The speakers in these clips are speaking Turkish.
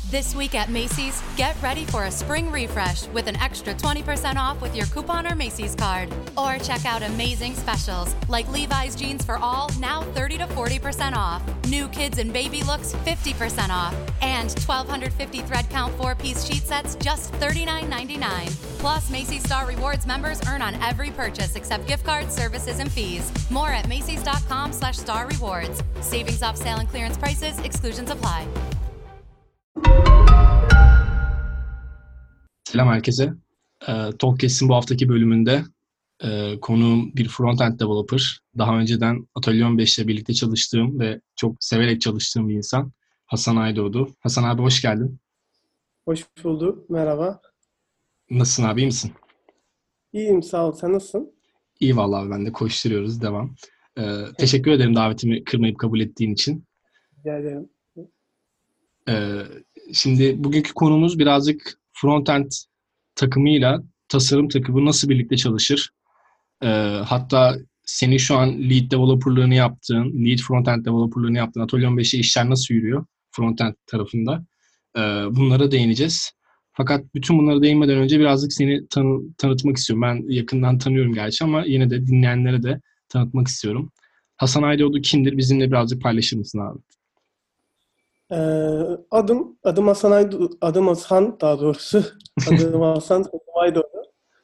This week at Macy's, get ready for a spring refresh with an extra 20% off with your coupon or Macy's card. Or check out amazing specials like Levi's jeans for all, now 30 to 40% off. New kids and baby looks, 50% off. And 1,250 thread count 4-piece sheet sets, just $39.99. Plus, Macy's Star Rewards members earn on every purchase except gift cards, services, and fees. More at Macys.com/Star Rewards. Savings off sale and clearance prices, exclusions apply. Selam herkese. Talkcast'in bu haftaki bölümünde konuğum bir front-end developer. Daha önceden Atölye 15 ile birlikte çalıştığım ve çok severek çalıştığım bir insan. Hasan Aydoğdu. Hasan abi hoş geldin. Hoş bulduk. Merhaba. Nasılsın abi, iyi misin? İyiyim, sağ ol. Sen nasılsın? İyi vallahi, ben de koşturuyoruz. Devam. Teşekkür ederim davetimi kırmayıp kabul ettiğin için. Rica ederim. Şimdi bugünkü konumuz birazcık front-end takımıyla tasarım takımı nasıl birlikte çalışır? Hatta senin şu an lead developerlığını yaptığın, lead front-end developerlığını yaptığın Atölye 15'te işler nasıl yürüyor front-end tarafında? Bunlara değineceğiz. Fakat bütün bunlara değinmeden önce birazcık seni tanıtmak istiyorum. Ben yakından tanıyorum gerçi ama yine de dinleyenlere de tanıtmak istiyorum. Hasan Aydoğdu kimdir? Bizimle birazcık paylaşır mısın abi? Adım Hasan Aydoğdu. Adım Hasan daha doğrusu. Adım Hasan Aydoğdu.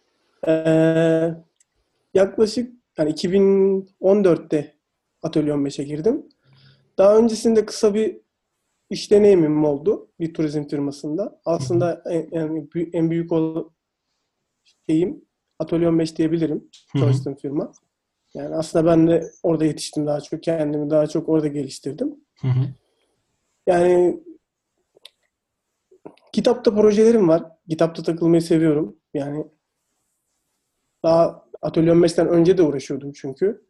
Yaklaşık yani 2014'te Atölye 15'e girdim. Daha öncesinde kısa bir iş deneyimim oldu bir turizm firmasında. Aslında en büyük şeyim Atölye 15 diyebilirim. Çalıştığım firma. Yani aslında ben de orada yetiştim daha çok. Kendimi daha çok orada geliştirdim. Yani kitapta projelerim var. Kitapta takılmayı seviyorum. Yani daha Atölye 15'ten önce de uğraşıyordum çünkü.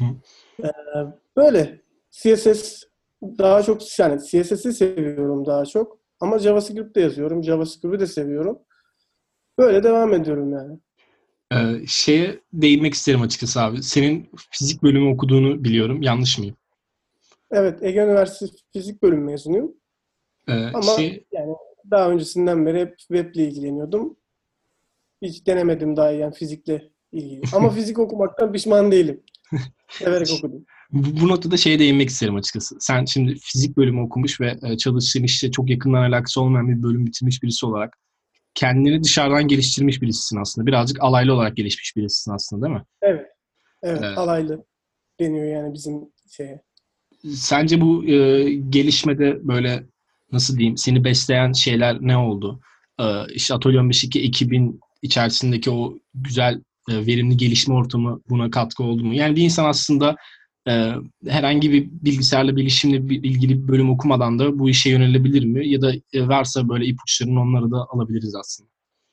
Böyle CSS daha çok, yani CSS'i seviyorum daha çok. Ama JavaScript de yazıyorum. JavaScript'i de seviyorum. Böyle devam ediyorum yani. Şeye değinmek isterim açıkçası abi. Senin fizik bölümü okuduğunu biliyorum. Yanlış mıyım? Evet, Ege Üniversitesi Fizik Bölümü mezunuyum. Ama yani daha öncesinden beri hep web'le ilgileniyordum. Hiç denemedim daha yani fizikle ilgili. Ama fizik okumaktan pişman değilim. Severek okudum. Bu noktada şeye değinmek isterim açıkçası. Sen şimdi fizik bölümü okumuş ve çalıştığın işte çok yakından alakası olmayan bir bölüm bitirmiş birisi olarak kendini dışarıdan geliştirmiş birisisin aslında. Birazcık alaylı olarak gelişmiş birisisin aslında, değil mi? Evet. Evet, alaylı deniyor yani bizim şeye. Sence bu gelişmede böyle nasıl diyeyim, seni besleyen şeyler ne oldu? İşte Atölye 15'teki ekibin içerisindeki o güzel verimli gelişme ortamı buna katkı oldu mu? Yani bir insan aslında herhangi bir bilgisayarla bilişimle ilgili bir bölüm okumadan da bu işe yönelebilir mi? Ya da varsa böyle ipuçlarını onları da alabiliriz aslında.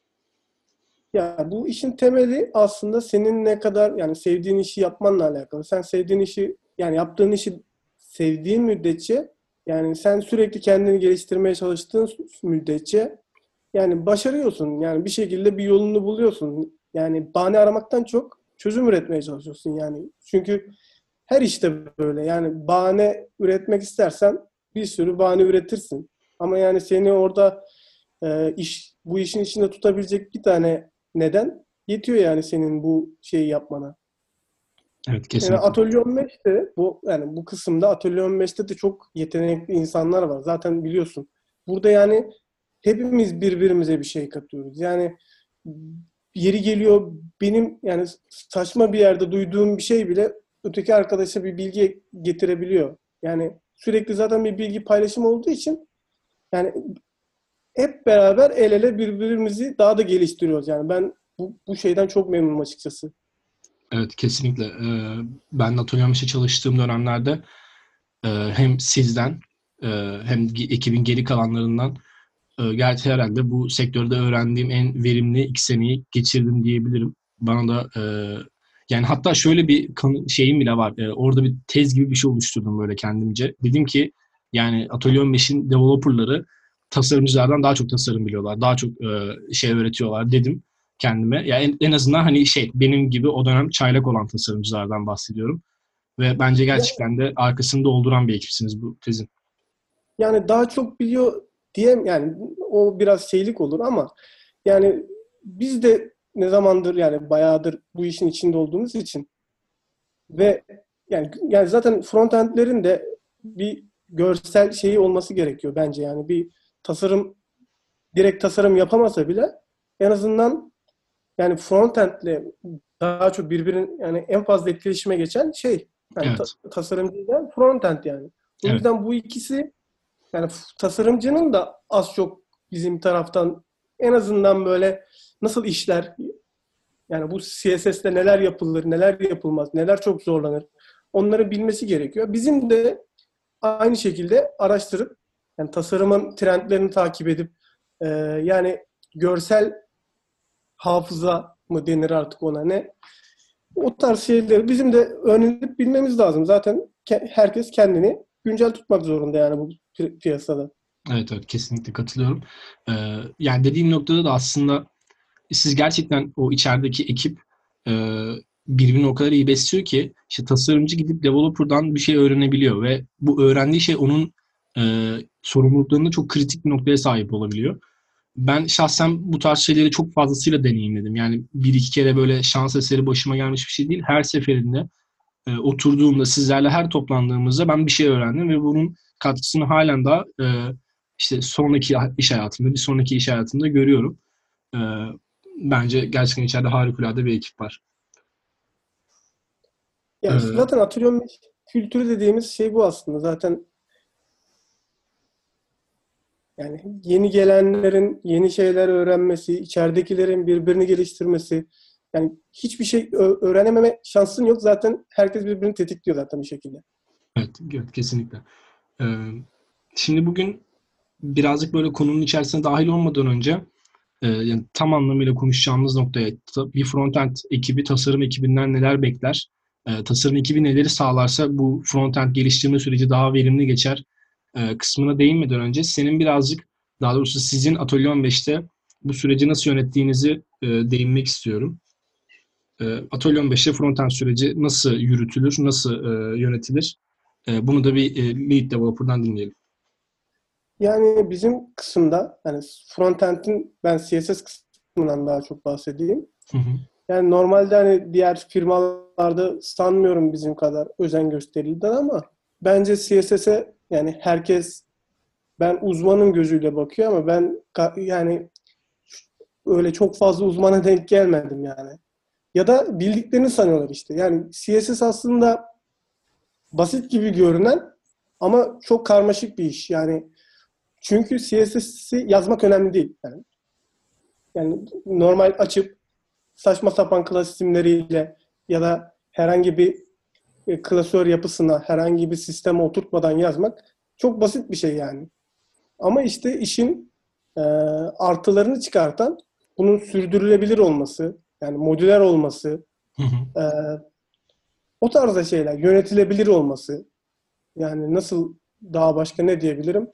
Ya bu işin temeli aslında senin ne kadar yani sevdiğin işi yapmanla alakalı. Sen sevdiğin işi, yani yaptığın işi sevdiğin müddetçe, yani sen sürekli kendini geliştirmeye çalıştığın müddetçe yani başarıyorsun. Yani bir şekilde bir yolunu buluyorsun. Yani bahane aramaktan çok çözüm üretmeye çalışıyorsun yani. Çünkü her işte böyle. Yani bahane üretmek istersen bir sürü bahane üretirsin. Ama yani seni orada bu işin içinde tutabilecek bir tane neden yetiyor yani senin bu şeyi yapmana. Evet, kesinlikle. Yani Atölye 15'te bu kısımda Atölye 15'te de çok yetenekli insanlar var. Zaten biliyorsun. Burada yani hepimiz birbirimize bir şey katıyoruz. Yani yeri geliyor benim yani saçma bir yerde duyduğum bir şey bile öteki arkadaşa bir bilgi getirebiliyor. Yani sürekli zaten bir bilgi paylaşımı olduğu için yani hep beraber el ele birbirimizi daha da geliştiriyoruz. Yani ben bu şeyden çok memnunum açıkçası. Evet, kesinlikle. Ben de Atölye 15'te çalıştığım dönemlerde hem sizden hem ekibin geri kalanlarından gerçi herhalde bu sektörde öğrendiğim en verimli 2 seneyi geçirdim diyebilirim. Bana da yani hatta şöyle bir şeyim bile var. Orada bir tez gibi bir şey oluşturdum böyle kendimce. Dedim ki yani Atölye 15'in developerları tasarımcılardan daha çok tasarım biliyorlar. Daha çok şey öğretiyorlar dedim kendime. Yani en azından hani benim gibi o dönem çaylak olan tasarımcılardan bahsediyorum. Ve bence gerçekten de arkasını dolduran bir ekipsiniz bu tezin. Yani daha çok biliyor diyem yani o biraz şeylik olur ama yani biz de ne zamandır yani bayağıdır bu işin içinde olduğumuz için ve yani zaten frontendlerin de bir görsel şeyi olması gerekiyor bence yani bir tasarım direkt tasarım yapamasa bile en azından yani frontend'le daha çok birbirinin yani en fazla etkileşime geçen şey yani Evet. tasarımcıyla frontend yani. O Evet. yüzden bu ikisi yani tasarımcının da az çok bizim taraftan en azından böyle nasıl işler yani bu CSS'te neler yapılır, neler yapılmaz, neler çok zorlanır onları bilmesi gerekiyor. Bizim de aynı şekilde araştırıp yani tasarımın trendlerini takip edip yani görsel hafıza mı denir artık ona ne? O tarz şeyleri bizim de öğrenip bilmemiz lazım. Zaten herkes kendini güncel tutmak zorunda yani bu piyasada. Evet, evet, kesinlikle katılıyorum. Yani dediğim noktada da aslında siz gerçekten o içerideki ekip e, birbirini o kadar iyi besliyor ki işte tasarımcı gidip developer'dan bir şey öğrenebiliyor ve bu öğrendiği şey onun sorumluluklarında çok kritik bir noktaya sahip olabiliyor. Ben şahsen bu tarz şeyleri çok fazlasıyla deneyimledim. Yani bir iki kere böyle şans eseri başıma gelmiş bir şey değil. Her seferinde oturduğumda sizlerle her toplandığımızda ben bir şey öğrendim ve bunun katkısını halen daha işte sonraki iş hayatımda, bir sonraki iş hayatımda görüyorum. E, Bence gerçekten içeride harikulade bir ekip var. Ya işte E, zaten atölye kültürü dediğimiz şey bu aslında. Zaten yani yeni gelenlerin yeni şeyler öğrenmesi, içeridekilerin birbirini geliştirmesi. Yani hiçbir şey öğrenememe şansın yok. Zaten herkes birbirini tetikliyor zaten bir şekilde. evet, evet, kesinlikle. E, Şimdi bugün birazcık böyle konunun içerisine dahil olmadan önce yani tam anlamıyla konuşacağımız noktaya bir frontend ekibi tasarım ekibinden neler bekler? Tasarım ekibi neleri sağlarsa bu frontend geliştirme süreci daha verimli geçer kısmına değinmeden önce senin birazcık daha doğrusu sizin Atölye 15'te bu süreci nasıl yönettiğinizi değinmek istiyorum. Atölye 15'te frontend süreci nasıl yürütülür, nasıl yönetilir? Bunu da bir lead developer'dan dinleyelim. Yani bizim kısımda yani frontend'in ben CSS kısmından daha çok bahsedeyim. Hı hı. Yani normalde hani diğer firmalarda sanmıyorum bizim kadar özen gösterildi ama bence CSS'e yani herkes ben uzmanım gözüyle bakıyor ama ben yani öyle çok fazla uzmana denk gelmedim yani. Ya da bildiklerini sanıyorlar işte. Yani CSS aslında basit gibi görünen ama çok karmaşık bir iş. Yani çünkü CSS'i yazmak önemli değil. Yani normal açıp saçma sapan klas isimleriyle ya da herhangi bir klasör yapısına, herhangi bir sisteme oturtmadan yazmak çok basit bir şey yani. Ama işte işin artılarını çıkartan bunun sürdürülebilir olması, yani modüler olması, Hı hı. e, o tarzda şeyler, yönetilebilir olması, yani nasıl daha başka ne diyebilirim?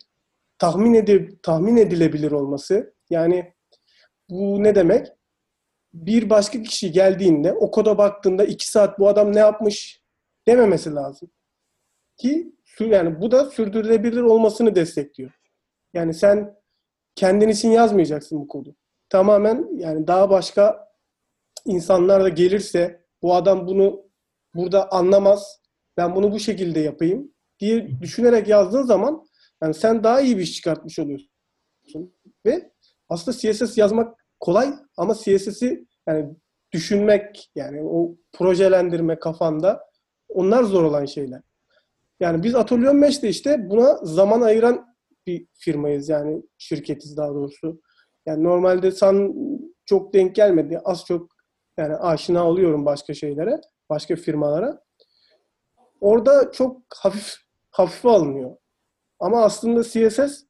Tahmin edilebilir olması. Yani bu ne demek? Bir başka kişi geldiğinde o koda baktığında 2 saat bu adam ne yapmış dememesi lazım. Ki yani bu da sürdürülebilir olmasını destekliyor. Yani sen kendin için yazmayacaksın bu kodu. Tamamen yani daha başka insanlar da gelirse bu adam bunu burada anlamaz. Ben bunu bu şekilde yapayım diye düşünerek yazdığın zaman yani sen daha iyi bir iş çıkartmış oluyorsun. Ve aslında CSS yazmak kolay ama CSS'i yani düşünmek yani o projelendirme kafanda onlar zor olan şeyler. Yani biz Atölye 15'te işte buna zaman ayıran bir firmayız yani şirketiz daha doğrusu. Yani normalde çok denk gelmedi. Az çok yani aşina oluyorum başka şeylere, başka firmalara. Orada çok hafife alınıyor. Ama aslında CSS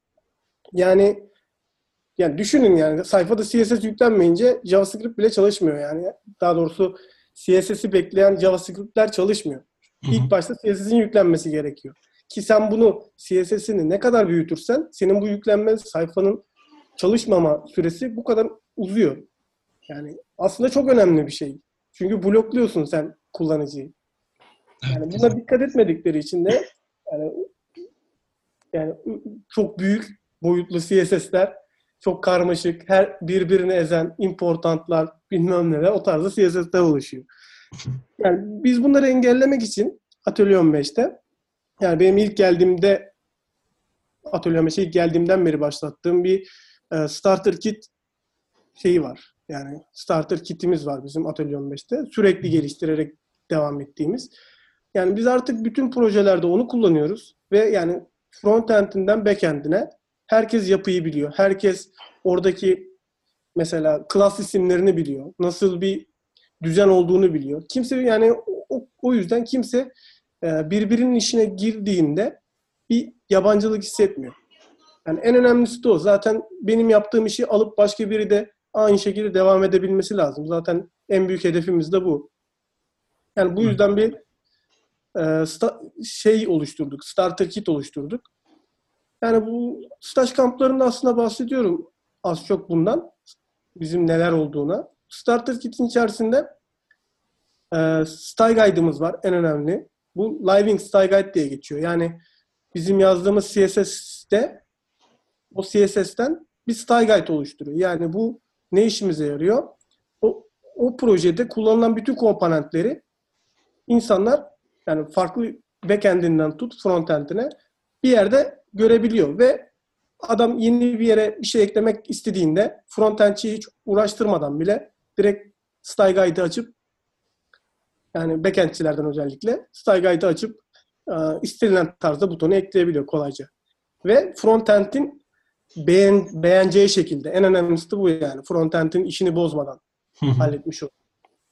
yani düşünün yani sayfada CSS yüklenmeyince JavaScript bile çalışmıyor yani. Daha doğrusu CSS'i bekleyen JavaScript'ler çalışmıyor. Hı hı. İlk başta CSS'in yüklenmesi gerekiyor. Ki sen bunu CSS'ini ne kadar büyütürsen senin bu yüklenme sayfanın çalışmama süresi bu kadar uzuyor. Yani aslında çok önemli bir şey. Çünkü blokluyorsun sen kullanıcıyı. Evet, Yani buna kesinlikle. dikkat etmedikleri için de yani, yani çok büyük boyutlu CSS'ler, çok karmaşık, her birbirini ezen importantlar, bilmem neler, o tarzda CSS'ler oluşuyor. Yani biz bunları engellemek için Atölye 15'te, yani benim ilk geldiğimde, Atölye 15'e ilk geldiğimden beri başlattığım bir starter kit şeyi var. Yani starter kitimiz var bizim Atölye 15'te. Sürekli geliştirerek devam ettiğimiz. Yani biz artık bütün projelerde onu kullanıyoruz ve yani frontend'inden backend'ine herkes yapıyı biliyor. Herkes oradaki mesela class isimlerini biliyor. Nasıl bir düzen olduğunu biliyor. Kimse yani o yüzden kimse birbirinin işine girdiğinde bir yabancılık hissetmiyor. Yani en önemlisi de o. Zaten benim yaptığım işi alıp başka biri de aynı şekilde devam edebilmesi lazım. Zaten en büyük hedefimiz de bu. Yani bu yüzden bir şey oluşturduk. Starter kit oluşturduk. Yani bu staj kamplarında aslında bahsediyorum az çok bundan. Bizim neler olduğuna. Starter kit'in içerisinde Style Guide'ımız var. En önemli. Bu Living Style Guide diye geçiyor. Yani bizim yazdığımız CSS'de o CSS'ten bir Style Guide oluşturuyor. Yani bu ne işimize yarıyor? O projede kullanılan bütün komponentleri insanlar yani farklı backend'inden tut frontend'ine bir yerde görebiliyor ve adam yeni bir yere bir şey eklemek istediğinde frontend'çiyi hiç uğraştırmadan bile direkt Style Guide'ı açıp yani backend'çilerden özellikle Style Guide'ı açıp istenilen tarzda butonu ekleyebiliyor kolayca. Ve frontend'in beğeneceği şekilde. En önemlisi de bu yani. Frontend'in işini bozmadan halletmiş olur.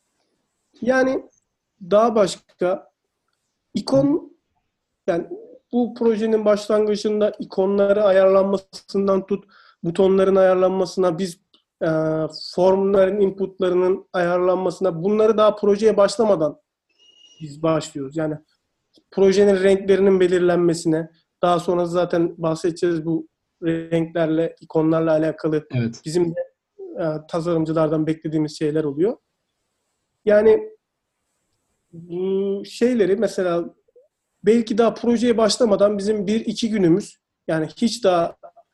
Yani daha başka ikon yani bu projenin başlangıcında ikonları ayarlanmasından tut butonların ayarlanmasına biz formların inputlarının ayarlanmasına bunları daha projeye başlamadan biz başlıyoruz. Yani projenin renklerinin belirlenmesine daha sonra zaten bahsedeceğiz bu renklerle, ikonlarla alakalı evet. Bizim de tasarımcılardan beklediğimiz şeyler oluyor. Yani bu şeyleri mesela belki daha projeye başlamadan bizim 1-2 günümüz yani hiç daha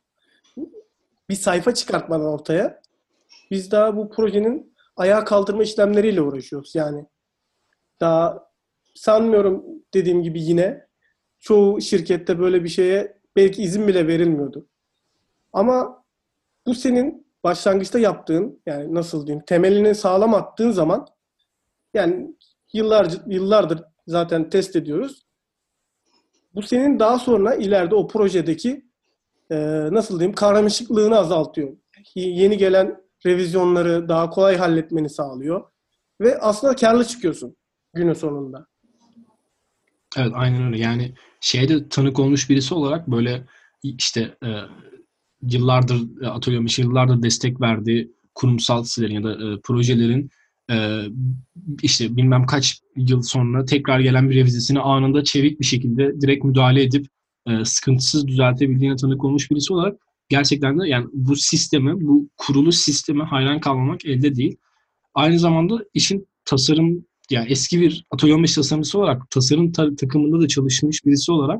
bir sayfa çıkartmadan ortaya biz daha bu projenin ayağa kaldırma işlemleriyle uğraşıyoruz. Yani daha sanmıyorum dediğim gibi yine çoğu şirkette böyle bir şeye belki izin bile verilmiyordu. Ama bu senin başlangıçta yaptığın yani nasıl diyeyim temelini sağlam attığın zaman yani yıllardır zaten test ediyoruz. Bu senin daha sonra ileride o projedeki nasıl diyeyim karmaşıklığını azaltıyor. Yeni gelen revizyonları daha kolay halletmeni sağlıyor. Ve aslında karlı çıkıyorsun günün sonunda. Evet aynen öyle. Yani şeyde tanık olmuş birisi olarak böyle işte yıllardır atıyorum yıllardır destek verdiği kurumsal sitelerin ya da projelerin işte bilmem kaç yıl sonra tekrar gelen bir revizesini anında çevik bir şekilde direkt müdahale edip sıkıntısız düzeltebildiğine tanık olmuş birisi olarak gerçekten de yani bu sisteme, bu kurulu sisteme hayran kalmamak elde değil. Aynı zamanda işin tasarım yani eski bir Atölye 15 tasarımcısı olarak tasarım takımında da çalışmış birisi olarak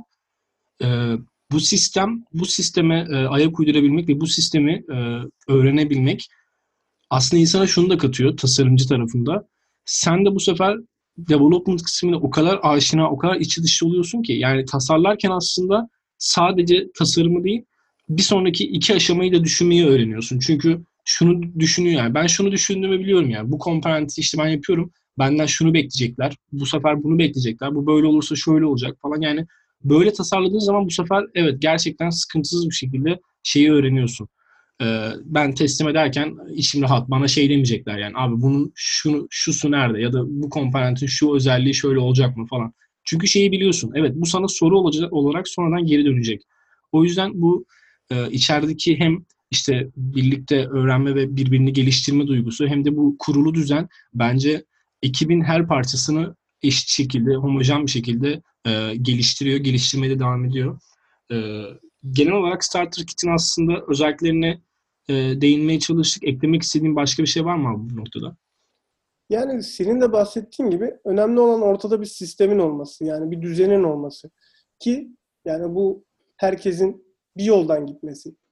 bu sisteme ayak uydurabilmek ve bu sistemi öğrenebilmek aslında insana şunu da katıyor tasarımcı tarafında. Sen de bu sefer development kısmına o kadar aşina, o kadar içi dışı oluyorsun ki yani tasarlarken aslında sadece tasarımı değil bir sonraki 2 aşamayı da düşünmeyi öğreniyorsun. Çünkü şunu düşünüyor yani ben şunu düşündüğümü biliyorum yani bu komponenti işte ben yapıyorum benden şunu bekleyecekler bu sefer bunu bekleyecekler bu böyle olursa şöyle olacak falan yani böyle tasarladığın zaman bu sefer evet gerçekten sıkıntısız bir şekilde şeyi öğreniyorsun. Ben teslim ederken içim rahat. Bana şey demeyecekler yani abi bunun şusu nerede ya da bu komponentin şu özelliği şöyle olacak mı falan. Çünkü şeyi biliyorsun. Evet bu sana soru olarak sonradan geri dönecek. O yüzden bu içerideki hem işte birlikte öğrenme ve birbirini geliştirme duygusu hem de bu kurulu düzen bence ekibin her parçasını eşit şekilde, homojen bir şekilde geliştiriyor, geliştirmeye de devam ediyor. Genel olarak Starter Kit'in aslında özelliklerine değinmeye çalıştık. Eklemek istediğin başka bir şey var mı abi bu noktada? Yani senin de bahsettiğin gibi önemli olan ortada bir sistemin olması. Yani bir düzenin olması. Ki yani bu herkesin bir yoldan gitmesi.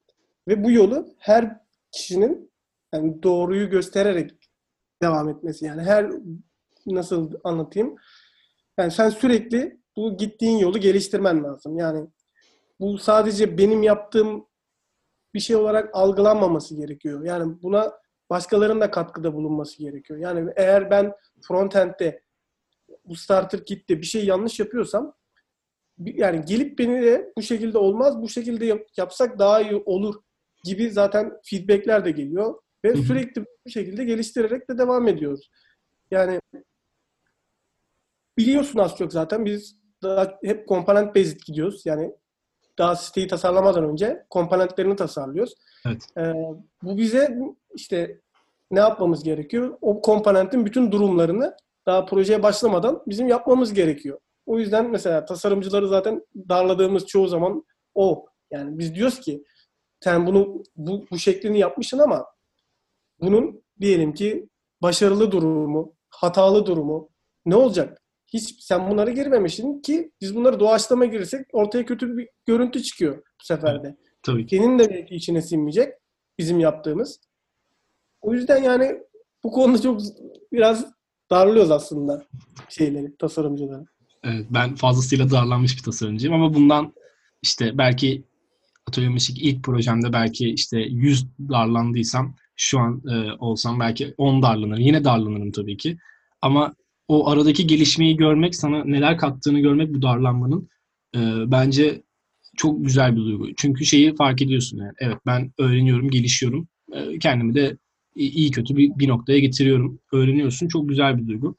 Ve bu yolu her kişinin yani doğruyu göstererek devam etmesi. Yani nasıl anlatayım? Yani sen sürekli bu gittiğin yolu geliştirmen lazım. Yani bu sadece benim yaptığım bir şey olarak algılanmaması gerekiyor. Yani buna başkalarının da katkıda bulunması gerekiyor. Yani eğer ben frontend'de bu starter kit'te bir şey yanlış yapıyorsam yani gelip beni de bu şekilde olmaz, bu şekilde yapsak daha iyi olur gibi zaten feedbackler de geliyor ve sürekli bu şekilde geliştirerek de devam ediyoruz. Yani biliyorsun az çok zaten biz daha hep komponent based gidiyoruz. Yani daha siteyi tasarlamadan önce komponentlerini tasarlıyoruz. Evet. Bu bize işte ne yapmamız gerekiyor? O komponentin bütün durumlarını daha projeye başlamadan bizim yapmamız gerekiyor. O yüzden mesela tasarımcıları zaten darladığımız çoğu zaman o. Yani biz diyoruz ki sen bunu bu şeklini yapmışsın ama bunun diyelim ki başarılı durumu, hatalı durumu ne olacak? Hiç sen bunlara girmemişsin ki biz bunları doğaçlama girirsek ortaya kötü bir görüntü çıkıyor bu sefer de. Evet, tabii. Senin de belki içine sinmeyecek bizim yaptığımız. O yüzden yani bu konuda çok biraz darlıyoruz aslında tasarımcıları. Evet, ben fazlasıyla darlanmış bir tasarımcıyım ama bundan işte belki Atölye Mişik ilk projemde belki işte 100 darlandıysam şu an olsam belki 10 darlanırım. Yine darlanırım tabii ki. Ama o aradaki gelişmeyi görmek, sana neler kattığını görmek bu darlanmanın bence çok güzel bir duygu. Çünkü şeyi fark ediyorsun yani. Evet, ben öğreniyorum, gelişiyorum. Kendimi de iyi kötü bir noktaya getiriyorum. Öğreniyorsun. Çok güzel bir duygu.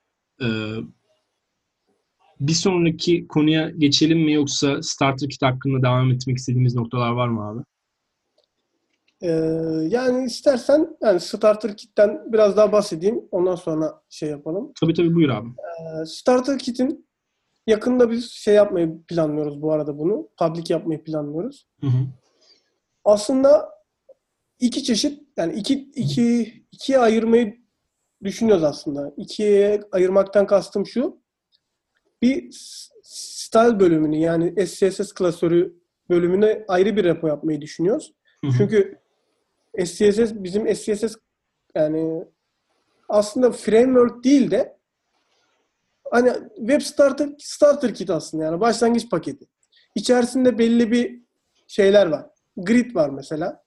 Bir sonraki konuya geçelim mi yoksa Starter Kit hakkında devam etmek istediğimiz noktalar var mı abi? Yani istersen yani Starter Kit'ten biraz daha bahsedeyim. Ondan sonra yapalım. Tabii buyur abi. Starter Kit'in yakında biz yapmayı planlıyoruz bu arada bunu. Public yapmayı planlıyoruz. Hı hı. Aslında iki çeşit yani ikiye ayırmayı düşünüyoruz aslında. İkiye ayırmaktan kastım şu. Bir style bölümünü yani SCSS klasörü bölümüne ayrı bir repo yapmayı düşünüyoruz. Hı hı. Çünkü bizim SCSS yani aslında framework değil de hani web starter kit aslında yani başlangıç paketi. İçerisinde belli bir şeyler var. Grid var mesela.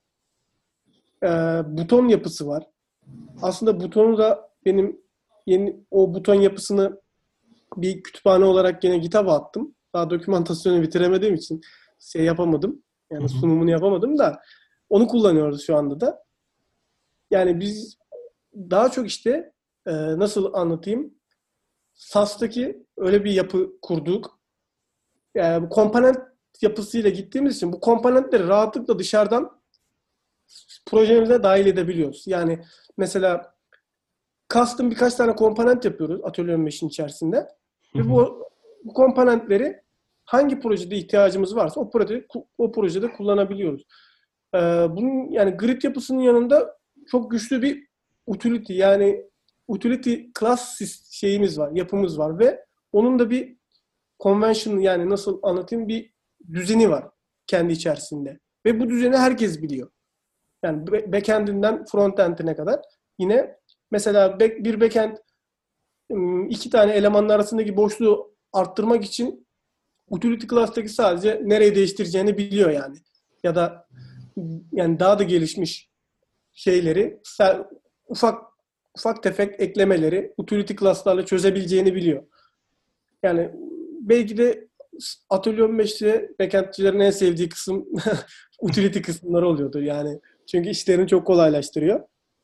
Buton yapısı var. Aslında butonu da benim o buton yapısını bir kütüphane olarak yine GitHub'a attım. Daha dokümantasyonu bitiremediğim için yapamadım. Yani sunumunu yapamadım da onu kullanıyoruz şu anda da. Yani biz daha çok nasıl anlatayım? SaaS'taki öyle bir yapı kurduk. Yani bu komponent yapısıyla gittiğimiz için bu komponentleri rahatlıkla dışarıdan projemize dahil edebiliyoruz. Yani mesela custom birkaç tane komponent yapıyoruz Atölye 15'in içerisinde. Ve bu komponentleri hangi projede ihtiyacımız varsa o projede kullanabiliyoruz. Bunun yani grid yapısının yanında çok güçlü bir utility yani utility class yapımız var ve onun da bir convention yani nasıl anlatayım bir düzeni var kendi içerisinde. Ve bu düzeni herkes biliyor. Yani backend'inden frontend'ine kadar yine mesela bir backend iki tane elemanın arasındaki boşluğu arttırmak için utility class'taki sadece nereyi değiştireceğini biliyor yani. Ya da yani daha da gelişmiş şeyleri ufak tefek eklemeleri utility class'larla çözebileceğini biliyor. Yani belki de Atölye 15'te backend'cilerin en sevdiği kısım utility kısımları oluyordur yani. Çünkü işlerini çok kolaylaştırıyor.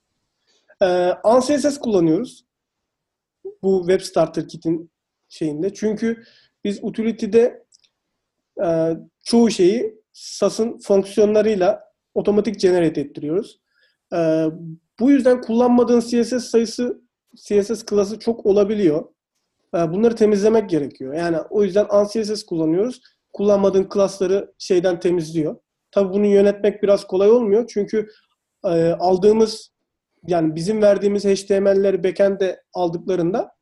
ANSYS kullanıyoruz. Bu Web Starter Kit'in şeyinde. Çünkü biz utility'de çoğu şeyi SaaS'ın fonksiyonlarıyla otomatik generate ettiriyoruz. Bu yüzden kullanmadığın CSS klası çok olabiliyor. Bunları temizlemek gerekiyor. Yani o yüzden ANSYS kullanıyoruz. Kullanmadığın klasları temizliyor. Tabii bunu yönetmek biraz kolay olmuyor. Çünkü yani bizim verdiğimiz HTML'leri backend'e aldıklarında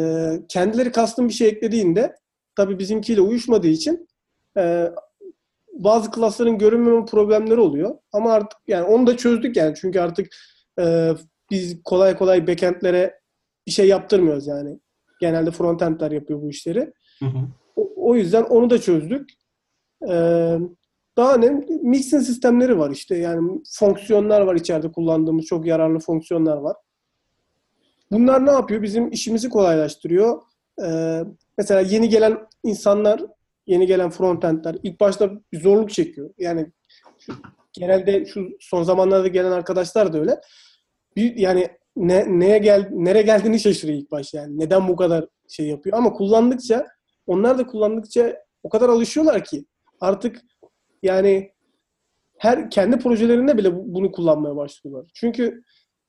kendileri custom bir şey eklediğinde tabii bizimkiyle uyuşmadığı için bazı klasların görünmeme problemleri oluyor. Ama artık yani onu da çözdük yani. Çünkü artık biz kolay kolay backend'lere bir şey yaptırmıyoruz yani. Genelde frontend'ler yapıyor bu işleri. Hı hı. O yüzden onu da çözdük. Daha ne? Mixing sistemleri var işte. Yani fonksiyonlar var içeride kullandığımız çok yararlı fonksiyonlar var. Bunlar ne yapıyor? Bizim işimizi kolaylaştırıyor. Mesela yeni gelen insanlar, yeni gelen frontendler ilk başta bir zorluk çekiyor. Yani genelde şu son zamanlarda gelen arkadaşlar da öyle. Yani nereye geldiğini şaşırıyor ilk başta yani. Neden bu kadar şey yapıyor? Ama onlar da kullandıkça o kadar alışıyorlar ki artık yani kendi projelerinde bile bunu kullanmaya başlıyorlar. Çünkü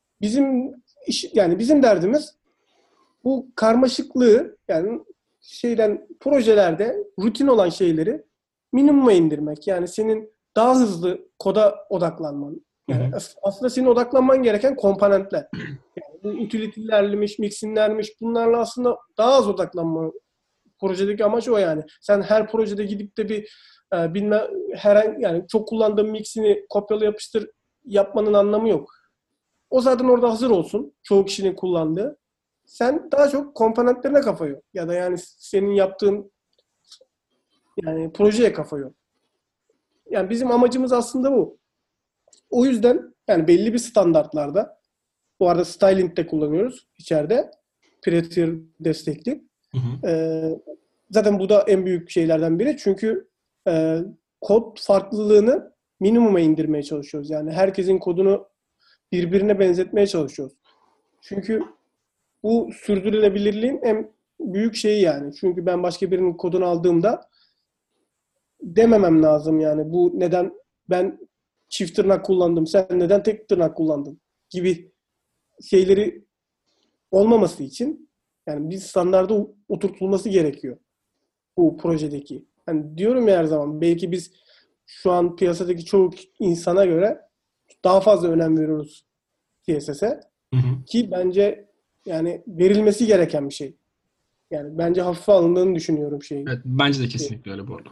bizim derdimiz bu karmaşıklığı yani projelerde rutin olan şeyleri minimuma indirmek. Yani senin daha hızlı koda odaklanman. Yani aslında senin odaklanman gereken komponentler. Yani bu utility'lermiş, mixinlermiş bunlarla aslında daha az odaklanman. Projedeki amaç o yani. Sen her projede gidip de yani çok kullandığın mixini kopyala yapıştır yapmanın anlamı yok. O zaten orada hazır olsun. Çoğu kişinin kullandığı. Sen daha çok komponentlerine kafa yor. Ya da yani senin yaptığın yani projeye kafa yor. Yani bizim amacımız aslında bu. O yüzden yani belli bir standartlarda bu arada styling de kullanıyoruz içeride. Prettier destekli. Hı hı. Zaten bu da en büyük şeylerden biri. Çünkü kod farklılığını minimuma indirmeye çalışıyoruz. Yani herkesin kodunu birbirine benzetmeye çalışıyoruz. Çünkü bu sürdürülebilirliğin en büyük şeyi yani. Çünkü ben başka birinin kodunu aldığımda dememem lazım yani. Bu neden ben çift tırnak kullandım, sen neden tek tırnak kullandın gibi şeyleri olmaması için yani bir standarda oturtulması gerekiyor bu projedeki. Yani diyorum ya her zaman belki biz şu an piyasadaki çoğu insana göre daha fazla önem veriyoruz CSS'e. Ki bence yani verilmesi gereken bir şey. Yani bence hafife alındığını düşünüyorum şeyin. Evet, bence de kesinlikle öyle bu arada.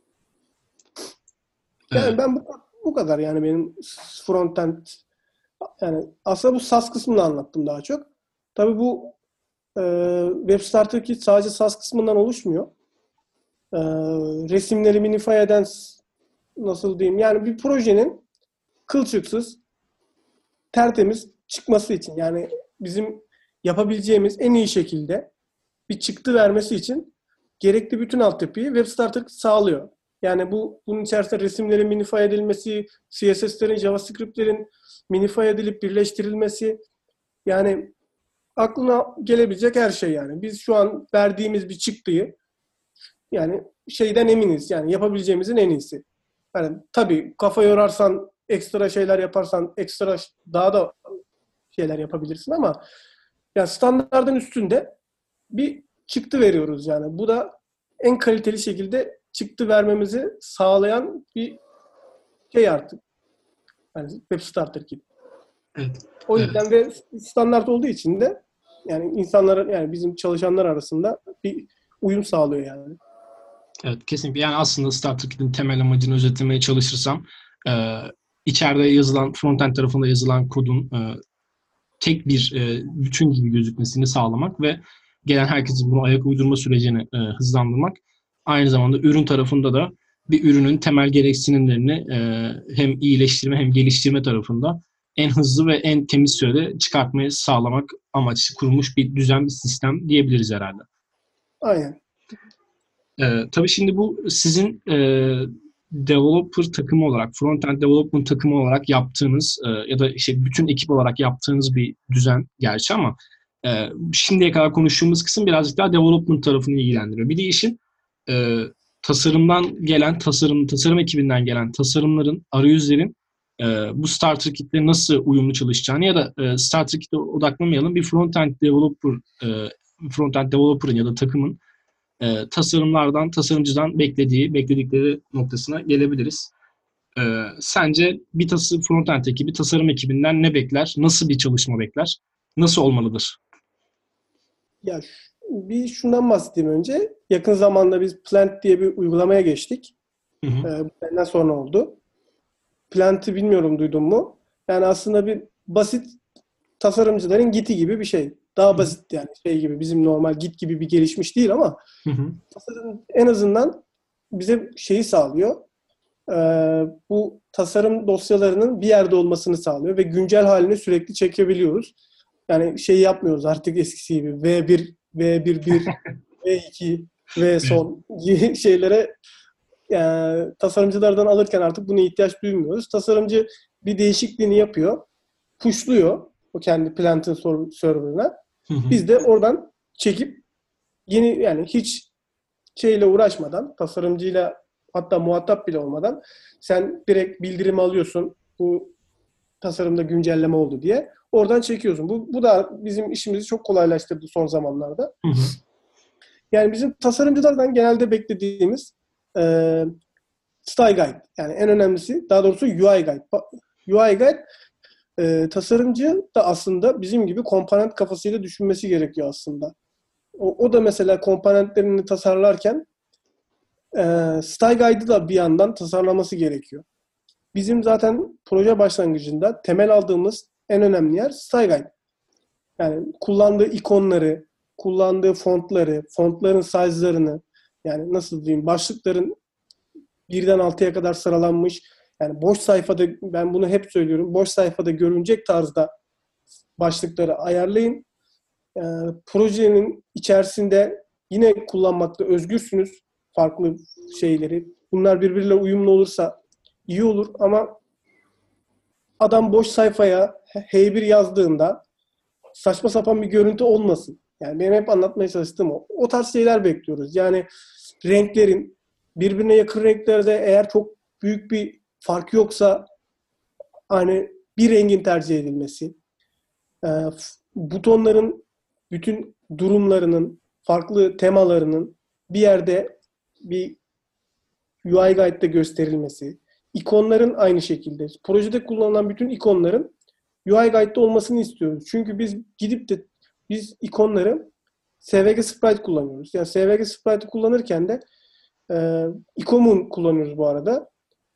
Yani ben bu kadar yani benim frontend yani aslında bu SAS kısmını anlattım daha çok. Tabii bu WebStarter Kit sadece SAS kısmından oluşmuyor. Resimleri minify eden nasıl diyeyim yani bir projenin kılçıksız tertemiz çıkması için yani bizim yapabileceğimiz en iyi şekilde bir çıktı vermesi için gerekli bütün altyapıyı WebStarter sağlıyor. Yani bunun içerisinde resimlerin minify edilmesi, CSS'lerin, JavaScript'lerin minify edilip birleştirilmesi yani aklına gelebilecek her şey yani. Biz şu an verdiğimiz bir çıktıyı yani şeyden eminiz. Yani yapabileceğimizin en iyisi. Yani tabii kafa yorarsan, ekstra şeyler yaparsan ekstra daha da şeyler yapabilirsin ama yani standardın üstünde bir çıktı veriyoruz yani. Bu da en kaliteli şekilde çıktı vermemizi sağlayan bir şey artık. Yani WebStarter gibi. Evet. O yüzden ve standart olduğu için de yani insanların yani bizim çalışanlar arasında bir uyum sağlıyor yani. Evet, kesinlikle. Yani aslında Starter Kit'in temel amacını özetlemeye çalışırsam içeride yazılan, frontend tarafında yazılan kodun tek bir bütün gibi gözükmesini sağlamak ve gelen herkesin bunu ayak uydurma sürecini hızlandırmak. Aynı zamanda ürün tarafında da bir ürünün temel gereksinimlerini hem iyileştirme hem geliştirme tarafında en hızlı ve en temiz sürede çıkartmayı sağlamak amaçlı kurulmuş bir düzen, bir sistem diyebiliriz herhalde. Aynen. Tabii şimdi bu sizin developer takımı olarak, front-end development takımı olarak yaptığınız ya da işte bütün ekip olarak yaptığınız bir düzen gerçi ama şimdiye kadar konuştuğumuz kısım birazcık daha development tarafını ilgilendiriyor. Bir de işin tasarımdan gelen, tasarım ekibinden gelen tasarımların, arayüzlerin bu Starter Kit'le nasıl uyumlu çalışacağını ya da Starter Kit'e odaklamayalım bir front-end developer'ın ya da takımın tasarımcıdan bekledikleri noktasına gelebiliriz. Sence bir front-end ekibi tasarım ekibinden ne bekler? Nasıl bir çalışma bekler? Nasıl olmalıdır? Ya bir şundan bahsedeyim önce. Yakın zamanda biz Plant diye bir uygulamaya geçtik. Hı hı. Benden sonra oldu. Plant'i bilmiyorum duydun mu? Yani aslında bir basit tasarımcıların Git'i gibi bir şey. Daha Hı hı. basit yani şey gibi bizim normal Git gibi bir gelişmiş değil ama Hı hı. tasarım en azından bize şeyi sağlıyor. Bu tasarım dosyalarının bir yerde olmasını sağlıyor ve güncel halini sürekli çekebiliyoruz. Yani şey yapmıyoruz artık eskisi gibi V1, V1, V2, V Evet. son gibi şeylere tasarımcılardan alırken artık buna ihtiyaç duymuyoruz. Tasarımcı bir değişikliğini yapıyor, pushluyor o kendi Plant'ın serverına. Hı hı. Biz de oradan çekip yeni yani hiç şeyle uğraşmadan, tasarımcıyla hatta muhatap bile olmadan sen direkt bildirim alıyorsun bu tasarımda güncelleme oldu diye. Oradan çekiyorsun. Bu da bizim işimizi çok kolaylaştırdı son zamanlarda. Hı hı. Yani bizim tasarımcılardan genelde beklediğimiz Style Guide. Yani en önemlisi daha doğrusu UI Guide. UI Guide tasarımcı da aslında bizim gibi komponent kafasıyla düşünmesi gerekiyor aslında. O da mesela komponentlerini tasarlarken Style Guide'ı da bir yandan tasarlaması gerekiyor. Bizim zaten proje başlangıcında temel aldığımız en önemli yer Style Guide. Yani kullandığı ikonları, kullandığı fontları, fontların size'larını, yani nasıl diyeyim, başlıkların birden 6'ya kadar sıralanmış. Yani boş sayfada, ben bunu hep söylüyorum, boş sayfada görünecek tarzda başlıkları ayarlayın. Projenin içerisinde yine kullanmakta özgürsünüz farklı şeyleri. Bunlar birbiriyle uyumlu olursa iyi olur ama adam boş sayfaya H1 yazdığında saçma sapan bir görüntü olmasın. Yani benim hep anlatmaya çalıştığım o. O tarz şeyler bekliyoruz. Yani renklerin birbirine yakın renklerde eğer çok büyük bir fark yoksa hani bir rengin tercih edilmesi, butonların bütün durumlarının, farklı temalarının bir yerde bir UI Guide'de gösterilmesi, ikonların aynı şekilde. Projede kullanılan bütün ikonların UI Guide'de olmasını istiyoruz. Çünkü biz gidip de biz ikonları SVG Sprite kullanıyoruz. Yani SVG Sprite'ı kullanırken de Icomoon kullanıyoruz bu arada.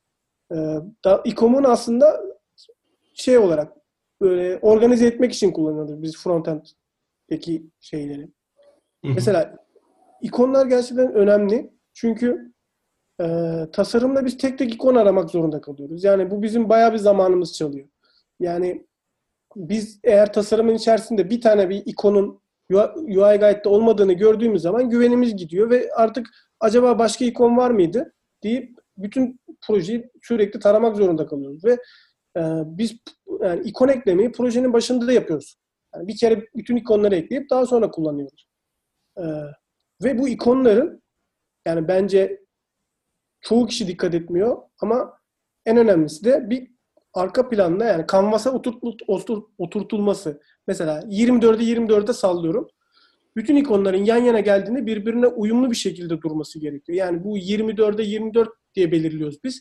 Icomoon aslında şey olarak böyle organize etmek için kullanıyoruz biz frontend'deki şeyleri. Hı hı. Mesela ikonlar gerçekten önemli. Çünkü tasarımda biz tek tek ikon aramak zorunda kalıyoruz. Yani bu bizim bayağı bir zamanımız çalıyor. Yani biz eğer tasarımın içerisinde bir tane bir ikonun UI Guide'de olmadığını gördüğümüz zaman güvenimiz gidiyor ve artık acaba başka ikon var mıydı deyip bütün projeyi sürekli taramak zorunda kalıyoruz ve biz yani ikon eklemeyi projenin başında da yapıyoruz. Yani bir kere bütün ikonları ekleyip daha sonra kullanıyoruz. E, Ve bu ikonların yani bence çoğu kişi dikkat etmiyor ama en önemlisi de bir arka planda yani kanvasa oturtulması. Mesela 24'e 24'e sallıyorum. Bütün ikonların yan yana geldiğinde birbirine uyumlu bir şekilde durması gerekiyor. Yani bu 24'e 24 diye belirliyoruz biz.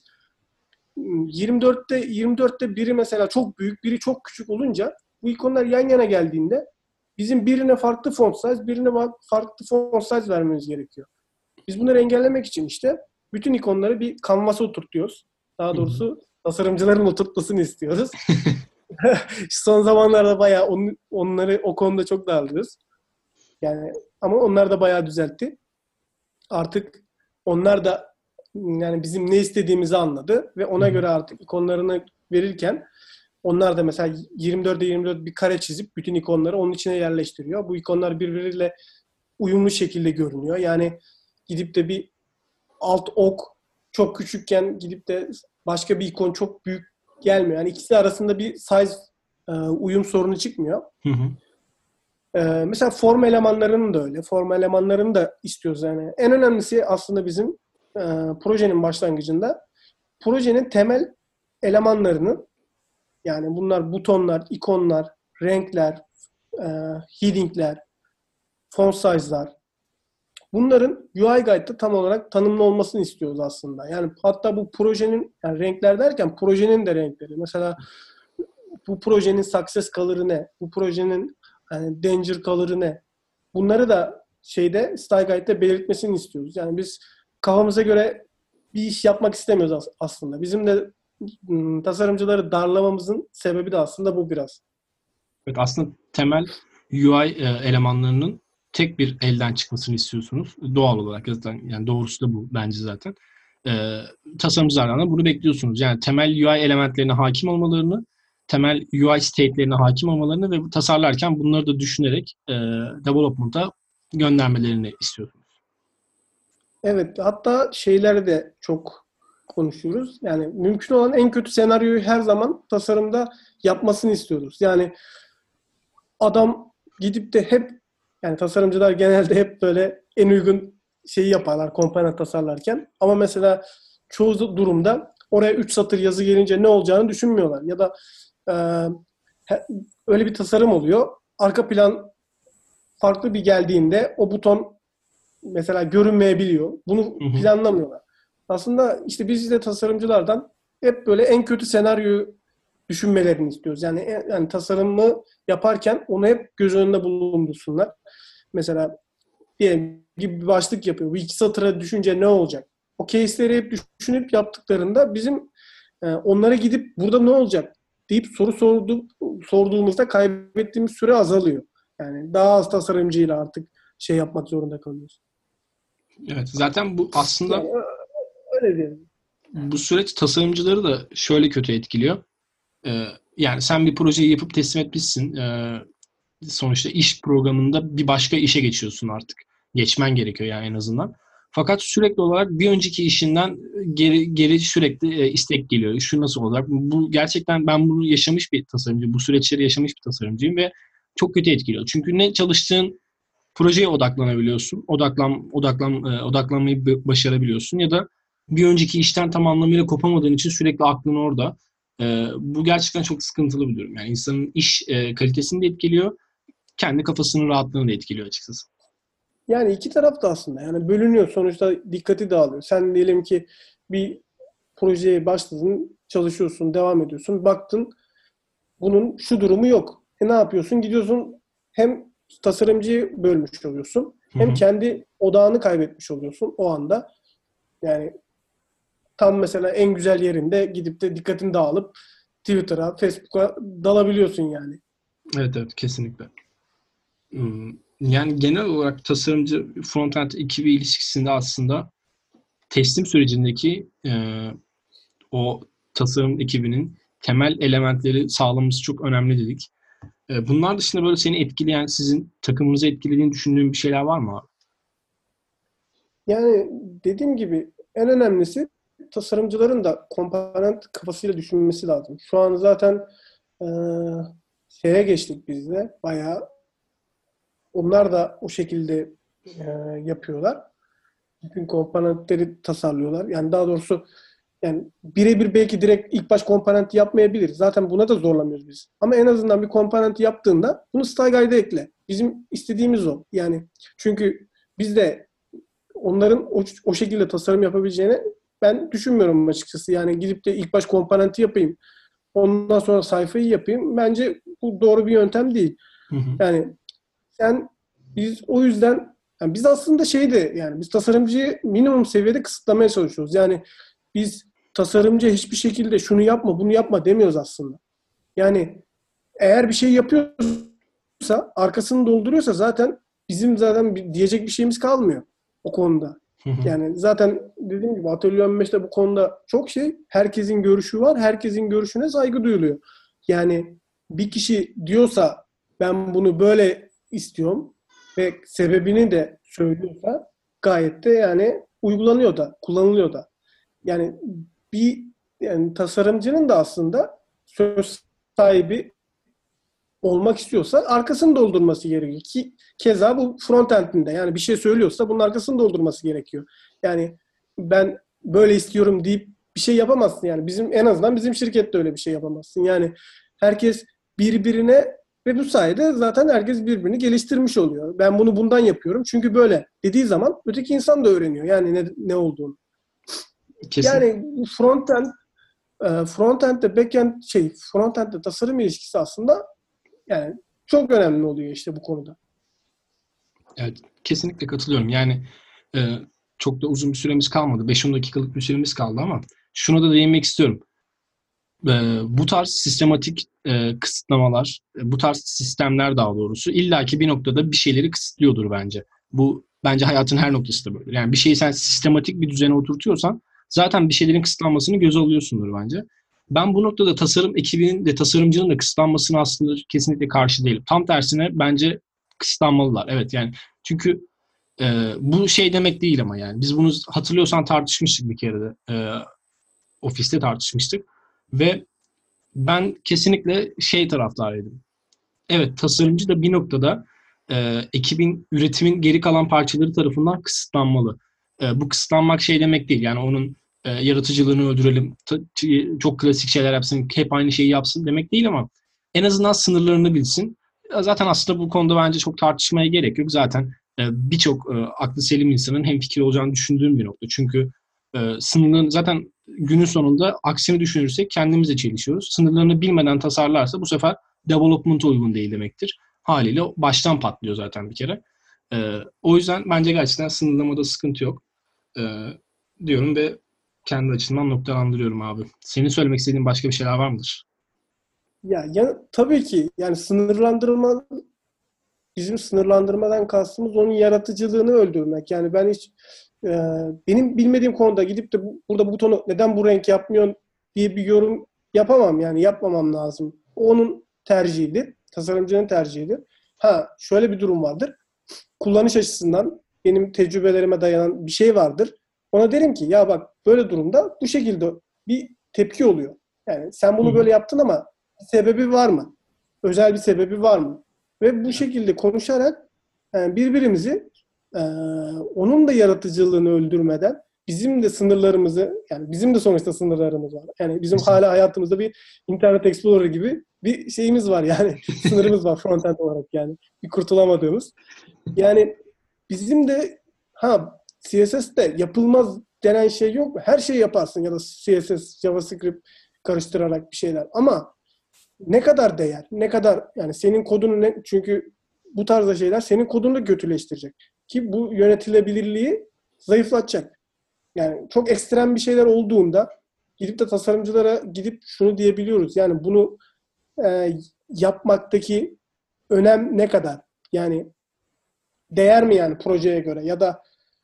24'te biri mesela çok büyük, biri çok küçük olunca bu ikonlar yan yana geldiğinde bizim birine farklı font size, birine farklı font size vermemiz gerekiyor. Biz bunları engellemek için işte bütün ikonları bir kanvasa oturtuyoruz. Daha doğrusu tasarımcıların oturtmasını istiyoruz. Son zamanlarda bayağı onları o konuda çok darlıyoruz. Yani ama onlar da bayağı düzeltti. Artık onlar da yani bizim ne istediğimizi anladı ve ona göre artık ikonlarını verirken onlar da mesela 24'e 24 bir kare çizip bütün ikonları onun içine yerleştiriyor. Bu ikonlar birbiriyle uyumlu şekilde görünüyor. Yani gidip de bir alt ok çok küçükken gidip de başka bir ikon çok büyük gelmiyor. Yani ikisi arasında bir size uyum sorunu çıkmıyor. Hı hı. Mesela form elemanlarının da öyle. Form elemanlarını da istiyoruz yani. En önemlisi aslında bizim projenin başlangıcında projenin temel elemanlarını yani bunlar butonlar, ikonlar, renkler, headingler, font size'lar. Bunların UI Guide'da tam olarak tanımlı olmasını istiyoruz aslında. Yani hatta bu projenin yani renkler derken projenin de renkleri. Mesela bu projenin success color'ı ne? Bu projenin yani danger color'ı ne? Bunları da Style Guide'de belirtmesini istiyoruz. Yani biz kafamıza göre bir iş yapmak istemiyoruz aslında. Bizim de tasarımcıları darlamamızın sebebi de aslında bu biraz. Evet, aslında temel UI elemanlarının tek bir elden çıkmasını istiyorsunuz. Doğal olarak zaten, yani doğrusu da bu bence zaten. Tasarımcılardan da bunu bekliyorsunuz. Yani temel UI elementlerine hakim olmalarını, temel UI state'lerine hakim olmalarını ve tasarlarken bunları da düşünerek development'a göndermelerini istiyorsunuz. Evet, hatta şeyleri de çok konuşuyoruz. Yani mümkün olan en kötü senaryoyu her zaman tasarımda yapmasını istiyoruz. Yani adam gidip de hep, yani tasarımcılar genelde hep böyle en uygun şeyi yaparlar komponent tasarlarken. Ama mesela çoğu durumda oraya 3 satır yazı gelince ne olacağını düşünmüyorlar. Ya da öyle bir tasarım oluyor. Arka plan farklı bir geldiğinde o buton mesela görünmeyebiliyor. Bunu planlamıyorlar. Aslında işte biz de tasarımcılardan hep böyle en kötü senaryoyu düşünmelerini istiyoruz. Yani tasarımı yaparken onu hep göz önünde bulundursunlar. Mesela diyelim gibi bir başlık yapıyor. Bu 2 satıra düşünce ne olacak? O case'leri hep düşünüp yaptıklarında bizim onlara gidip burada ne olacak deyip sorduğumuzda kaybettiğimiz süre azalıyor. Yani daha az tasarımcıyla artık şey yapmak zorunda kalıyoruz. Evet, zaten bu aslında Yani öyle diyelim. bu süreç tasarımcıları da şöyle kötü etkiliyor. Yani sen bir projeyi yapıp teslim etmişsin. Sonuçta iş programında bir başka işe geçiyorsun artık. Geçmen gerekiyor yani en azından. Fakat sürekli olarak bir önceki işinden geri sürekli istek geliyor. Şu nasıl olacak? Bu gerçekten, ben bunu yaşamış bir tasarımcı, bu süreçleri yaşamış bir tasarımcıyım ve çok kötü etkiliyor. Çünkü ne çalıştığın projeye odaklanabiliyorsun. Odaklanmayı başarabiliyorsun ya da bir önceki işten tam anlamıyla kopamadığın için sürekli aklın orada. Bu gerçekten çok sıkıntılı bir durum. Yani insanın iş kalitesini de etkiliyor, kendi kafasının rahatlığını da etkiliyor açıkçası. Yani iki taraf da aslında yani bölünüyor. Sonuçta dikkati dağılıyor. Sen diyelim ki bir projeye başladın, çalışıyorsun, devam ediyorsun. Baktın bunun şu durumu yok. Ne yapıyorsun? Gidiyorsun, hem tasarımcıyı bölmüş oluyorsun, Hı hem hı. kendi odağını kaybetmiş oluyorsun o anda. Yani tam mesela en güzel yerinde gidip de dikkatin dağılıp Twitter'a, Facebook'a dalabiliyorsun yani. Evet, evet, kesinlikle. Yani genel olarak tasarımcı frontend ekibi ilişkisinde aslında teslim sürecindeki o tasarım ekibinin temel elementleri sağlaması çok önemli dedik. Bunlar dışında böyle seni etkileyen, sizin takımınızı etkilediğini düşündüğün bir şeyler var mı abi? Yani dediğim gibi en önemlisi tasarımcıların da komponent kafasıyla düşünmesi lazım. Şu an zaten e, şeye geçtik biz de. Bayağı onlar da o şekilde e, yapıyorlar. Bütün komponentleri tasarlıyorlar. Yani daha doğrusu yani birebir belki direkt ilk baş komponenti yapmayabilir. Zaten buna da zorlamıyoruz biz. Ama en azından bir komponenti yaptığında bunu Style Guide'e ekle. Bizim istediğimiz o. Yani çünkü biz de onların o şekilde tasarım yapabileceğini ben düşünmüyorum açıkçası. Yani gidip de ilk baş komponenti yapayım. Ondan sonra sayfayı yapayım. Bence bu doğru bir yöntem değil. Hı hı. Yani biz o yüzden yani biz aslında yani biz tasarımcıyı minimum seviyede kısıtlamaya çalışıyoruz. Yani biz tasarımcıya hiçbir şekilde şunu yapma, bunu yapma demiyoruz aslında. Yani eğer bir şey yapıyorsa, arkasını dolduruyorsa zaten bizim diyecek bir şeyimiz kalmıyor o konuda. Hı hı. Yani zaten dediğim gibi Atölye 15'te bu konuda çok herkesin görüşü var. Herkesin görüşüne saygı duyuluyor. Yani bir kişi diyorsa ben bunu böyle istiyorum ve sebebini de söylüyorsa gayet de yani uygulanıyor da, kullanılıyor da. Yani bir yani tasarımcının da aslında söz sahibi olmak istiyorsa arkasını doldurması gerekiyor. Ki keza bu frontend'inde yani bir şey söylüyorsa bunun arkasını doldurması gerekiyor. Yani ben böyle istiyorum deyip bir şey yapamazsın yani. En azından bizim şirkette öyle bir şey yapamazsın. Yani herkes birbirine ve bu sayede zaten herkes birbirini geliştirmiş oluyor. Ben bunu bundan yapıyorum çünkü böyle dediği zaman öteki insan da öğreniyor yani ne olduğunu. Kesin. Yani frontend'de frontend'de tasarım ilişkisi aslında yani çok önemli oluyor işte bu konuda. Evet, kesinlikle katılıyorum. Yani çok da uzun bir süremiz kalmadı. 5-10 dakikalık bir süremiz kaldı ama şuna da değinmek istiyorum. Bu tarz sistematik kısıtlamalar, bu tarz sistemler daha doğrusu illaki bir noktada bir şeyleri kısıtlıyordur bence. Bu bence hayatın her noktasında böyle. Yani bir şeyi sen sistematik bir düzene oturtuyorsan zaten bir şeylerin kısıtlanmasını göze alıyorsundur bence. Ben bu noktada tasarım ekibinin de tasarımcının da kısıtlanmasına aslında kesinlikle karşı değilim. Tam tersine bence kısıtlanmalılar. Evet yani çünkü bu şey demek değil ama yani. Biz bunu hatırlıyorsan tartışmıştık bir kere de. Ofiste tartışmıştık. Ve ben kesinlikle şey taraftarıydım. Evet tasarımcı da bir noktada ekibin, üretimin geri kalan parçaları tarafından kısıtlanmalı. Bu kısıtlanmak şey demek değil. Yani onun yaratıcılığını öldürelim, çok klasik şeyler yapsın, hep aynı şeyi yapsın demek değil ama en azından sınırlarını bilsin. Zaten aslında bu konuda bence çok tartışmaya gerek yok. Zaten birçok aklı selim insanın hemfikir olacağını düşündüğüm bir nokta. Çünkü sınırların zaten günün sonunda aksini düşünürsek kendimizle çelişiyoruz. Sınırlarını bilmeden tasarlarsa bu sefer development'a uygun değil demektir. Haliyle baştan patlıyor zaten bir kere. O yüzden bence gerçekten sınırlamada sıkıntı yok diyorum ve kendi açımdan noktalandırıyorum abi. Senin söylemek istediğin başka bir şeyler var mıdır? Ya tabii ki yani bizim sınırlandırmadan kastımız onun yaratıcılığını öldürmek. Yani ben hiç benim bilmediğim konuda gidip de burada bu butonu neden bu renk yapmıyorsun diye bir yorum yapamam. Yani yapmamam lazım. O onun tercihidir. Tasarımcının tercihidir. Ha şöyle bir durum vardır. Kullanış açısından benim tecrübelerime dayanan bir şey vardır. Ona derim ki ya bak böyle durumda bu şekilde bir tepki oluyor. Yani sen bunu böyle yaptın ama bir sebebi var mı? Özel bir sebebi var mı? Ve bu şekilde konuşarak yani birbirimizi onun da yaratıcılığını öldürmeden bizim de sınırlarımızı yani bizim de sonuçta sınırlarımız var. Yani bizim hala hayatımızda bir Internet Explorer gibi bir şeyimiz var yani. Sınırımız var frontend olarak yani. Bir kurtulamadığımız. Yani bizim de CSS'de yapılmaz denen şey yok mu? Her şeyi yaparsın ya da CSS, JavaScript karıştırarak bir şeyler. Ama ne kadar değer? Ne kadar yani senin kodunu çünkü bu tarzda şeyler senin kodunu da kötüleştirecek. Ki bu yönetilebilirliği zayıflatacak. Yani çok ekstrem bir şeyler olduğunda gidip de tasarımcılara gidip şunu diyebiliyoruz. Yani bunu yapmaktaki önem ne kadar? Yani değer mi yani projeye göre? Ya da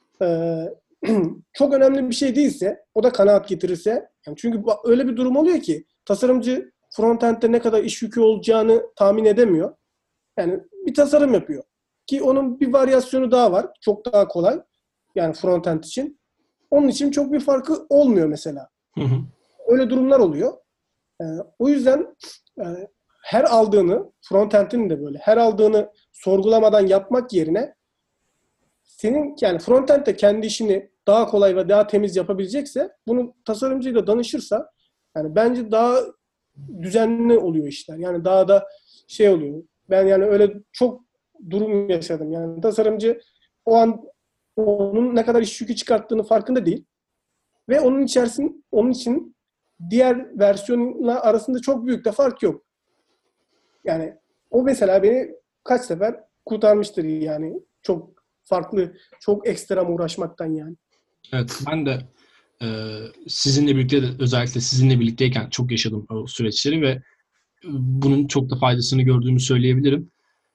çok önemli bir şey değilse, o da kanaat getirirse. Yani çünkü öyle bir durum oluyor ki tasarımcı frontend'de ne kadar iş yükü olacağını tahmin edemiyor. Yani bir tasarım yapıyor. Ki onun bir varyasyonu daha var. Çok daha kolay. Yani frontend için. Onun için çok bir farkı olmuyor mesela. Öyle durumlar oluyor. O yüzden her aldığını, frontend'in de böyle, her aldığını sorgulamadan yapmak yerine senin yani frontend'de kendi işini daha kolay ve daha temiz yapabilecekse bunu tasarımcıyla danışırsa yani bence daha düzenli oluyor işler. Yani daha da şey oluyor. Ben yani öyle çok durum yaşadım. Yani tasarımcı o an onun ne kadar iş yükü çıkarttığını farkında değil. Ve onun için diğer versiyonla arasında çok büyük de fark yok. Yani o mesela beni kaç sefer kurtarmıştır yani. Çok farklı, çok ekstrem uğraşmaktan yani. Evet, ben de sizinle birlikte de özellikle sizinle birlikteyken çok yaşadım o süreçleri ve bunun çok da faydasını gördüğümü söyleyebilirim.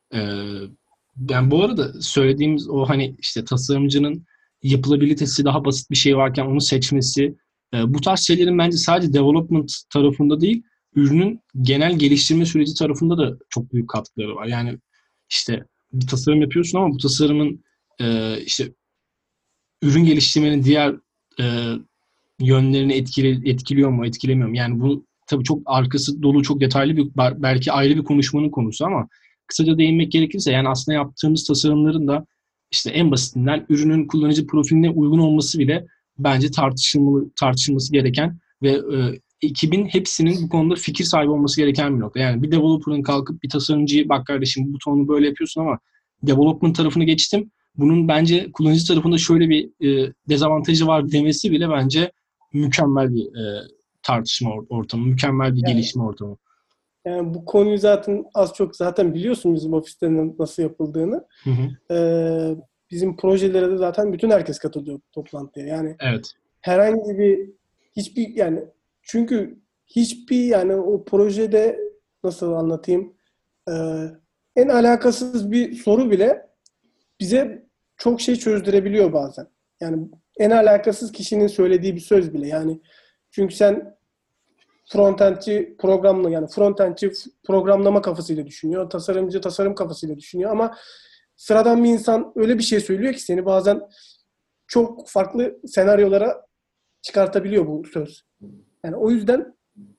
Yani bu arada söylediğimiz o hani işte tasarımcının yapılabilitesi daha basit bir şey varken onu seçmesi bu tarz şeylerin bence sadece development tarafında değil ürünün genel geliştirme süreci tarafında da çok büyük katkıları var. Yani işte bir tasarım yapıyorsun ama bu tasarımın işte ürün geliştirmenin diğer yönlerini etkiliyor mu, etkilemiyor mu? Yani bu tabii çok arkası dolu, çok detaylı bir belki ayrı bir konuşmanın konusu ama kısaca değinmek gerekirse yani aslında yaptığımız tasarımların da işte en basitinden ürünün kullanıcı profiline uygun olması bile bence tartışılması gereken ve ekibin hepsinin bu konuda fikir sahibi olması gereken bir nokta. Yani bir developer'ın kalkıp bir tasarımcıyı bak kardeşim bu butonu böyle yapıyorsun ama development tarafını geçtim. Bunun bence kullanıcı tarafında şöyle bir dezavantajı var demesi bile bence mükemmel bir tartışma ortamı, mükemmel bir gelişme ortamı. Yani bu konuyu zaten az çok zaten biliyorsun bizim ofiste nasıl yapıldığını. bizim projelere de zaten bütün herkes katılıyor toplantıya. Yani Evet. herhangi bir hiçbir yani çünkü hiçbir yani o projede nasıl anlatayım en alakasız bir soru bile bize çok şey çözdürebiliyor bazen. Yani en alakasız kişinin söylediği bir söz bile. Yani çünkü sen frontendçi programlama kafasıyla düşünüyor. Tasarımcı tasarım kafasıyla düşünüyor ama sıradan bir insan öyle bir şey söylüyor ki seni bazen çok farklı senaryolara çıkartabiliyor bu söz. Yani o yüzden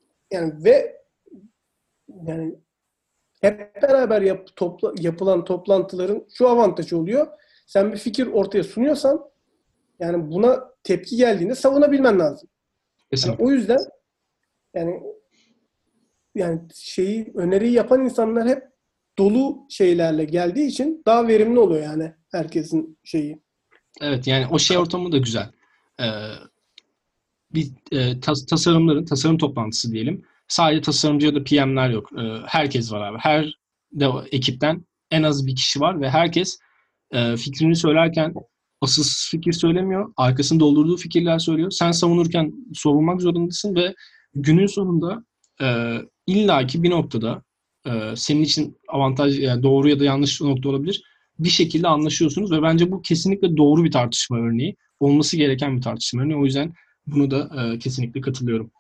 yani hep beraber yapılan toplantıların şu avantajı oluyor. Sen bir fikir ortaya sunuyorsan yani buna tepki geldiğinde savunabilmen lazım. Yani o yüzden yani öneriyi yapan insanlar hep dolu şeylerle geldiği için daha verimli oluyor yani herkesin şeyi. Evet, yani o şey ortamı da güzel. Bir tasarım toplantısı diyelim. Sadece tasarımcı ya da PM'ler yok. Herkes var abi. Her ekipten en az bir kişi var ve herkes fikrini söylerken asılsız fikir söylemiyor. Arkasını doldurduğu fikirler söylüyor. Sen savunurken savunmak zorundasın ve günün sonunda illaki bir noktada senin için avantaj, yani doğru ya da yanlış nokta olabilir. Bir şekilde anlaşıyorsunuz ve bence bu kesinlikle doğru bir tartışma örneği. Olması gereken bir tartışma örneği. O yüzden bunu da kesinlikle katılıyorum.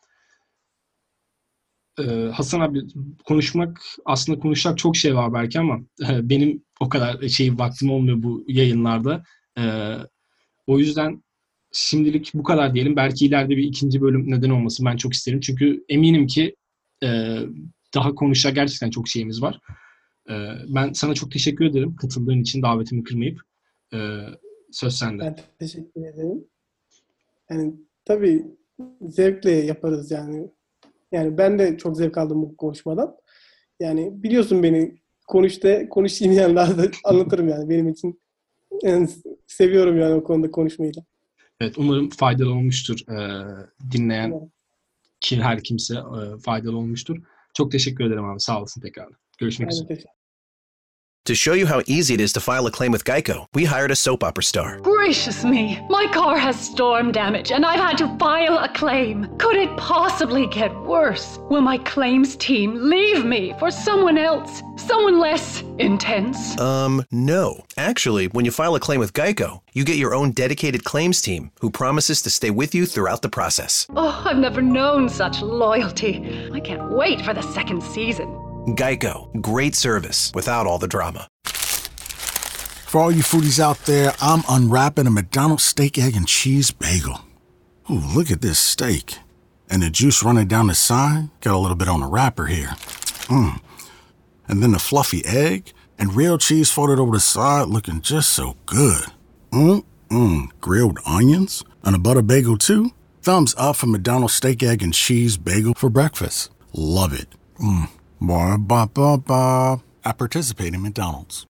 Hasan abi, aslında konuşacak çok şey var belki ama benim o kadar vaktim olmuyor bu yayınlarda. O yüzden şimdilik bu kadar diyelim. Belki ileride bir ikinci bölüm neden olmasın, ben çok isterim. Çünkü eminim ki daha konuşacak gerçekten çok şeyimiz var. Ben sana çok teşekkür ederim katıldığın için, davetimi kırmayıp. Söz sende. Ben teşekkür ederim. Yani tabii zevkle yaparız yani. Yani ben de çok zevk aldım bu konuşmadan. Yani biliyorsun beni konuşayım yani daha da anlatırım yani benim için. Yani seviyorum yani o konuda konuşmayı da. Evet, umarım faydalı olmuştur dinleyen her kimse faydalı olmuştur. Çok teşekkür ederim abi. Sağ olasın tekrar. Görüşmek üzere. To show you how easy it is to file a claim with Geico, we hired a soap opera star. Gracious me, my car has storm damage and I've had to file a claim. Could it possibly get worse? Will my claims team leave me for someone else? Someone less intense? No. Actually, when you file a claim with Geico, you get your own dedicated claims team who promises to stay with you throughout the process. Oh, I've never known such loyalty. I can't wait for the second season. Geico. Great service without all the drama. For all you foodies out there, I'm unwrapping a McDonald's steak, egg, and cheese bagel. Ooh, look at this steak. And the juice running down the side. Got a little bit on the wrapper here. And then the fluffy egg and real cheese folded over the side looking just so good. Grilled onions and a butter bagel too. Thumbs up for McDonald's steak, egg, and cheese bagel for breakfast. Love it. I participate in McDonald's.